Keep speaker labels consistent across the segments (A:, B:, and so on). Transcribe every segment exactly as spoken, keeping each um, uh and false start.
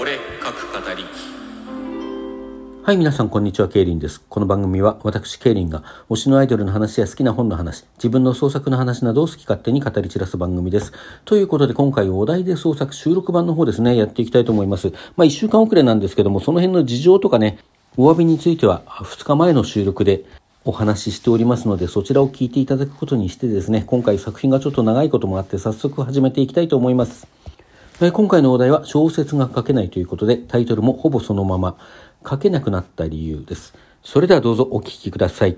A: 俺書く語り。
B: はい、皆さんこんにちは、ケイリンです。この番組は私ケイリンが推しのアイドルの話や好きな本の話、自分の創作の話などを好き勝手に語り散らす番組です。ということで今回お題で創作収録版の方ですね、やっていきたいと思います。まあいっしゅうかん遅れなんですけども、その辺の事情とかね、お詫びについてはふつかまえの収録でお話ししておりますので、そちらを聞いていただくことにしてですね、今回作品がちょっと長いこともあって早速始めていきたいと思います。今回のお題は小説が書けないということで、タイトルもほぼそのまま、書けなくなった理由です。それではどうぞお聞きください。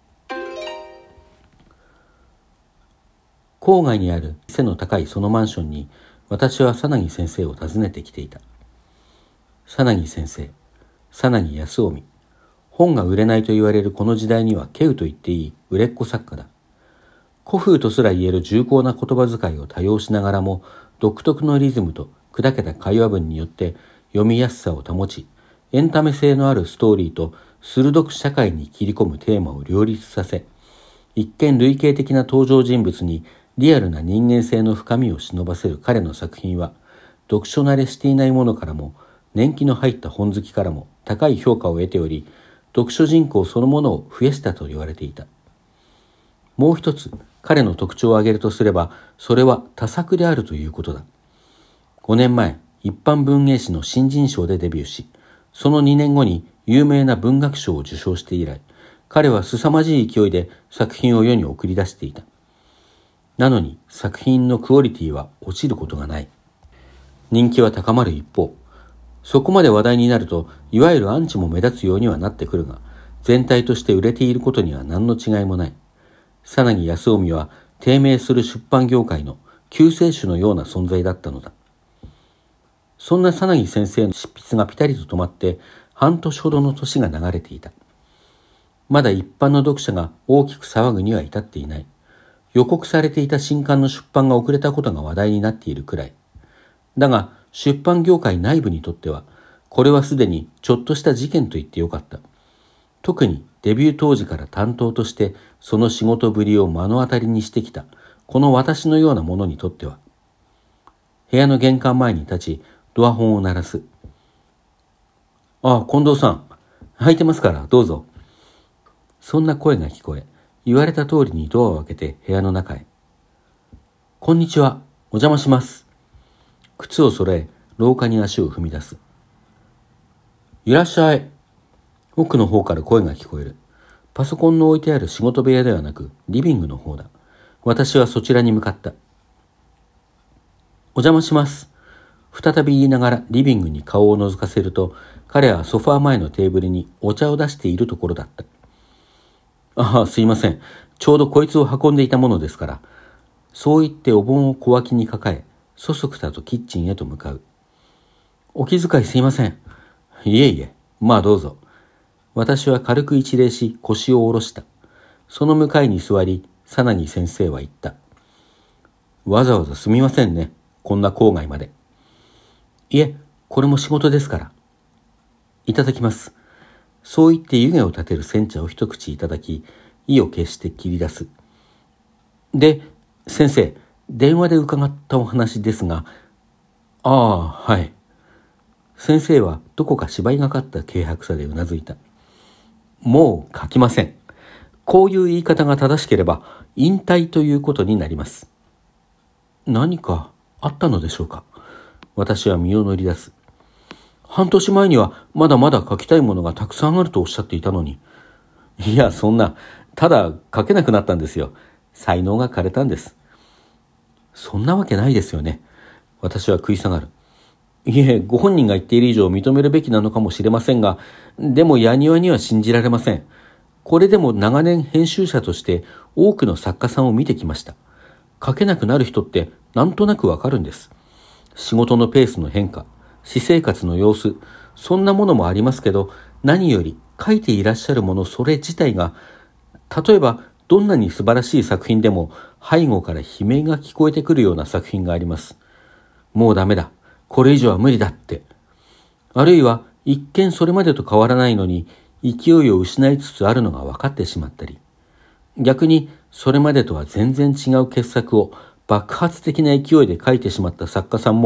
B: 郊外にある背の高いそのマンションに、私は佐奈木先生を訪ねてきていた。佐奈木先生、佐奈木康臣。本が売れないと言われるこの時代には稀有と言っていい売れっ子作家だ。古風とすら言える重厚な言葉遣いを多用しながらも、独特のリズムと砕けた会話文によって読みやすさを保ち、エンタメ性のあるストーリーと鋭く社会に切り込むテーマを両立させ、一見類型的な登場人物にリアルな人間性の深みを忍ばせる彼の作品は、読書慣れしていない者からも年季の入った本好きからも高い評価を得ており、読書人口そのものを増やしたと言われていた。もう一つ彼の特徴を挙げるとすれば、それは多作であるということだ。ごねんまえ、一般文芸誌の新人賞でデビューし、そのにねんごに有名な文学賞を受賞して以来、彼は凄まじい勢いで作品を世に送り出していた。なのに作品のクオリティは落ちることがない。人気は高まる一方、そこまで話題になると、いわゆるアンチも目立つようにはなってくるが、全体として売れていることには何の違いもない。佐奈木康臣は低迷する出版業界の救世主のような存在だったのだ。そんな佐奈木先生の執筆がピタリと止まって半年ほどの年が流れていた。まだ一般の読者が大きく騒ぐには至っていない。予告されていた新刊の出版が遅れたことが話題になっているくらい。だが出版業界内部にとっては、これはすでにちょっとした事件と言ってよかった。特にデビュー当時から担当としてその仕事ぶりを目の当たりにしてきたこの私のような者にとっては。部屋の玄関前に立ちドアホンを鳴らす。ああ、近藤さん、空いてますからどうぞ。そんな声が聞こえ、言われた通りにドアを開けて部屋の中へ。こんにちは、お邪魔します。靴を揃え廊下に足を踏み出す。いらっしゃい。奥の方から声が聞こえる。パソコンの置いてある仕事部屋ではなくリビングの方だ。私はそちらに向かった。お邪魔します。再び言いながらリビングに顔を覗かせると、彼はソファー前のテーブルにお茶を出しているところだった。ああ、すいません。ちょうどこいつを運んでいたものですから。そう言ってお盆を小脇に抱え、そそくさとキッチンへと向かう。お気遣いすいません。いえいえ、まあどうぞ。私は軽く一礼し腰を下ろした。その向かいに座り、佐奈木先生は言った。わざわざすみませんね。こんな郊外まで。いえ、これも仕事ですから。いただきます。そう言って湯気を立てる煎茶を一口いただき、意を決して切り出す。で、先生、電話で伺ったお話ですが、ああ、はい。先生はどこか芝居がかった軽薄さでうなずいた。もう書きません。こういう言い方が正しければ引退ということになります。何かあったのでしょうか。私は身を乗り出す。半年前にはまだまだ書きたいものがたくさんあるとおっしゃっていたのに。いや、そんな、ただ書けなくなったんですよ。才能が枯れたんです。そんなわけないですよね。私は食い下がる。いえ、ご本人が言っている以上認めるべきなのかもしれませんが、でも矢庭には信じられません。これでも長年編集者として多くの作家さんを見てきました。書けなくなる人ってなんとなくわかるんです。仕事のペースの変化、私生活の様子、そんなものもありますけど、何より書いていらっしゃるものそれ自体が、例えばどんなに素晴らしい作品でも背後から悲鳴が聞こえてくるような作品があります。もうダメだ。これ以上は無理だって。あるいは一見それまでと変わらないのに勢いを失いつつあるのが分かってしまったり、逆にそれまでとは全然違う傑作を爆発的な勢いで書いてしまった作家さんも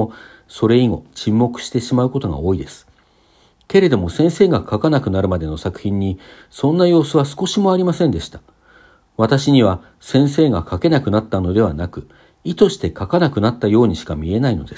B: それ以後沈黙してしまうことが多いです。けれども先生が書かなくなるまでの作品にそんな様子は少しもありませんでした。私には先生が書けなくなったのではなく、意図して書かなくなったようにしか見えないのです。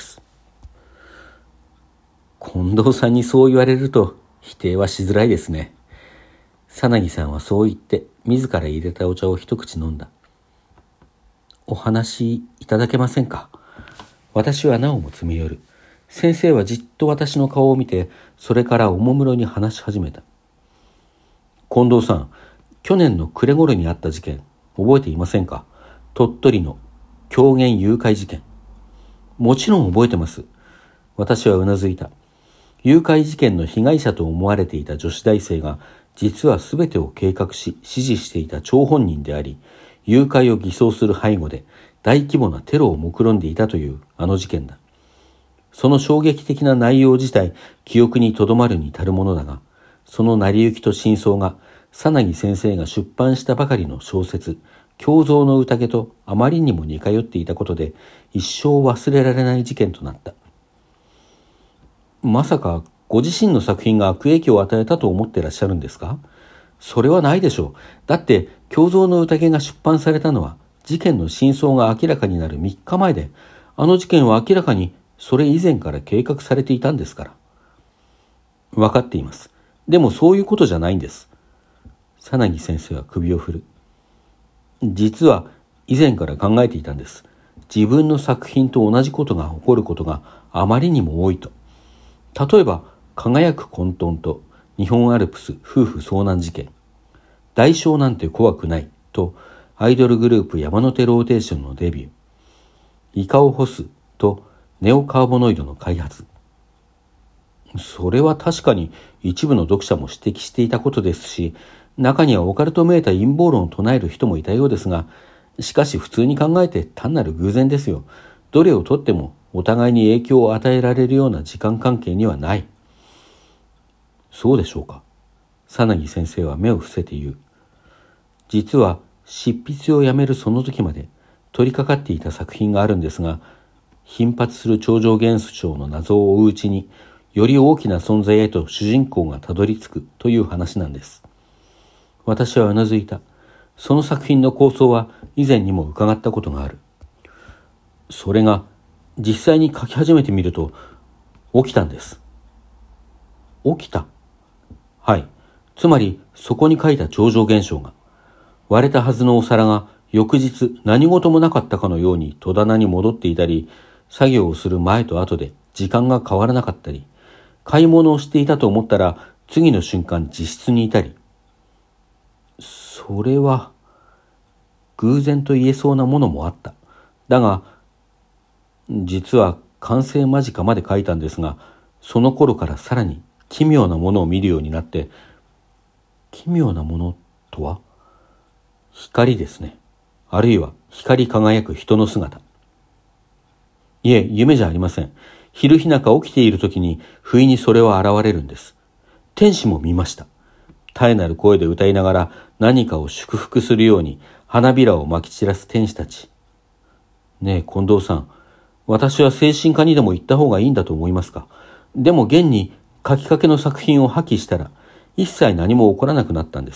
B: 近藤さんにそう言われると否定はしづらいですね。さなぎさんはそう言って自ら入れたお茶を一口飲んだ。お話いただけませんか。私はなおも詰め寄る。先生はじっと私の顔を見て、それからおもむろに話し始めた。近藤さん、去年の暮れ頃にあった事件、覚えていませんか。鳥取の狂言誘拐事件。もちろん覚えてます。私はうなずいた。誘拐事件の被害者と思われていた女子大生が、実はすべてを計画し指示していた張本人であり、誘拐を偽装する背後で大規模なテロを目論んでいたというあの事件だ。その衝撃的な内容自体、記憶にとどまるに足るものだが、その成り行きと真相が、さなぎ先生が出版したばかりの小説、狂象の宴とあまりにも似通っていたことで、一生忘れられない事件となった。まさか、ご自身の作品が悪影響を与えたと思ってらっしゃるんですか。それはないでしょう。だって、狂象の宴が出版されたのは、事件の真相が明らかになるみっかまえで、あの事件は明らかにそれ以前から計画されていたんですから。わかっています。でもそういうことじゃないんです。さなぎ先生は首を振る。実は以前から考えていたんです。自分の作品と同じことが起こることがあまりにも多いと。例えば、輝く混沌と日本アルプス夫婦遭難事件、代償なんて怖くないとアイドルグループ山手ローテーションのデビュー、イカを干すとネオカーボノイドの開発。それは確かに一部の読者も指摘していたことですし、中にはオカルトめいた陰謀論を唱える人もいたようですが、しかし普通に考えて単なる偶然ですよ。どれをとってもお互いに影響を与えられるような時間関係にはない。そうでしょうか。さなぎ先生は目を伏せて言う。実は執筆をやめるその時まで取り掛かっていた作品があるんですが、頻発する超常現象の謎を追ううちに、より大きな存在へと主人公がたどり着くという話なんです。私はうなずいた。その作品の構想は以前にも伺ったことがある。それが実際に書き始めてみると起きたんです。起きた？はい。つまりそこに書いた超常現象が、割れたはずのお皿が翌日何事もなかったかのように戸棚に戻っていたり、作業をする前と後で時間が変わらなかったり、買い物をしていたと思ったら次の瞬間自室にいたり。それは偶然と言えそうなものもあった。だが実は完成間近まで書いたんですが、その頃からさらに奇妙なものを見るようになって。奇妙なものとは？光ですね。あるいは光り輝く人の姿。いえ、夢じゃありません。昼日中起きている時に不意にそれは現れるんです。天使も見ました。絶えなる声で歌いながら何かを祝福するように花びらをまき散らす天使たち。ねえ近藤さん、私は精神科にでも行った方がいいんだと思いますか。でも現に書きかけの作品を破棄したら一切何も起こらなくなったんです。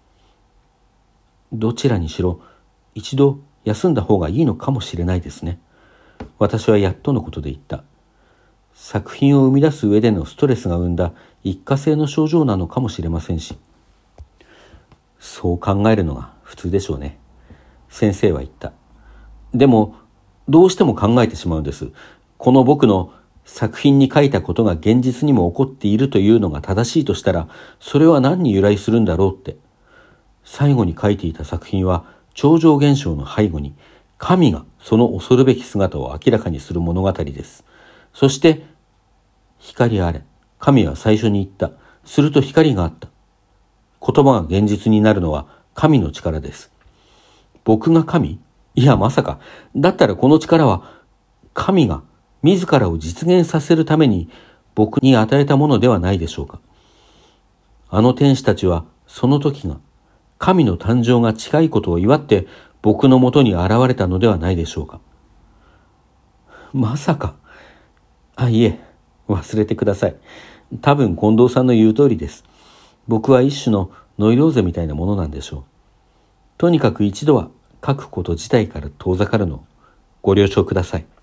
B: どちらにしろ一度休んだ方がいいのかもしれないですね。私はやっとのことで言った。作品を生み出す上でのストレスが生んだ一過性の症状なのかもしれませんし。そう考えるのが普通でしょうね。先生は言った。でもどうしても考えてしまうんです。この僕の作品に書いたことが現実にも起こっているというのが正しいとしたら、それは何に由来するんだろうって。最後に書いていた作品は超常現象の背後に神がその恐るべき姿を明らかにする物語です。そして光あれ、神は最初に言った。すると光があった。言葉が現実になるのは神の力です。僕が神？いやまさか。だったらこの力は神が自らを実現させるために僕に与えたものではないでしょうか。あの天使たちはその時が神の誕生が近いことを祝って僕のもとに現れたのではないでしょうか。まさか。 あ、いえ、忘れてください。多分近藤さんの言う通りです。僕は一種のノイローゼみたいなものなんでしょう。とにかく一度は書くこと自体から遠ざかるのをご了承ください。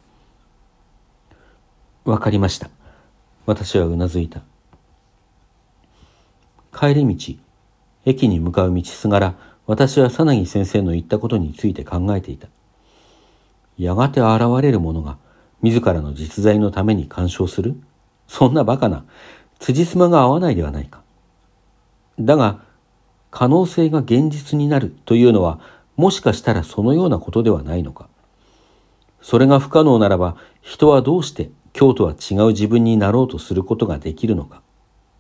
B: わかりました。私はうなずいた。帰り道、駅に向かう道すがら、私は佐奈木先生の言ったことについて考えていた。やがて現れる者が自らの実在のために干渉する？そんなバカな、辻褄が合わないではないか。だが、可能性が現実になるというのは、もしかしたらそのようなことではないのか。それが不可能ならば、人はどうして今日とは違う自分になろうとすることができるのか。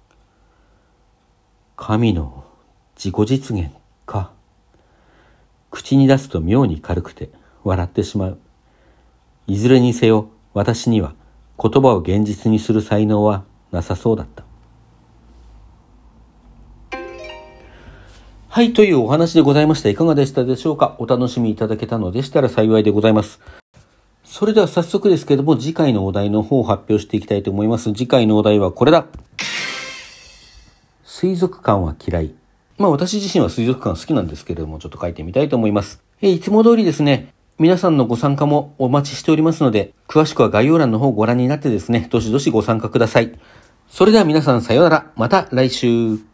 B: 神の自己実現か。口に出すと妙に軽くて笑ってしまう。いずれにせよ私には言葉を現実にする才能はなさそうだった。はい、というお話でございました。いかがでしたでしょうか。お楽しみいただけたのでしたら幸いでございます。それでは早速ですけれども、次回のお題の方を発表していきたいと思います。次回のお題はこれだ。水族館は嫌い。まあ私自身は水族館好きなんですけれども、ちょっと書いてみたいと思います。えいつも通りですね、皆さんのご参加もお待ちしておりますので、詳しくは概要欄の方をご覧になってですね、どしどしご参加ください。それでは皆さんさようなら。また来週。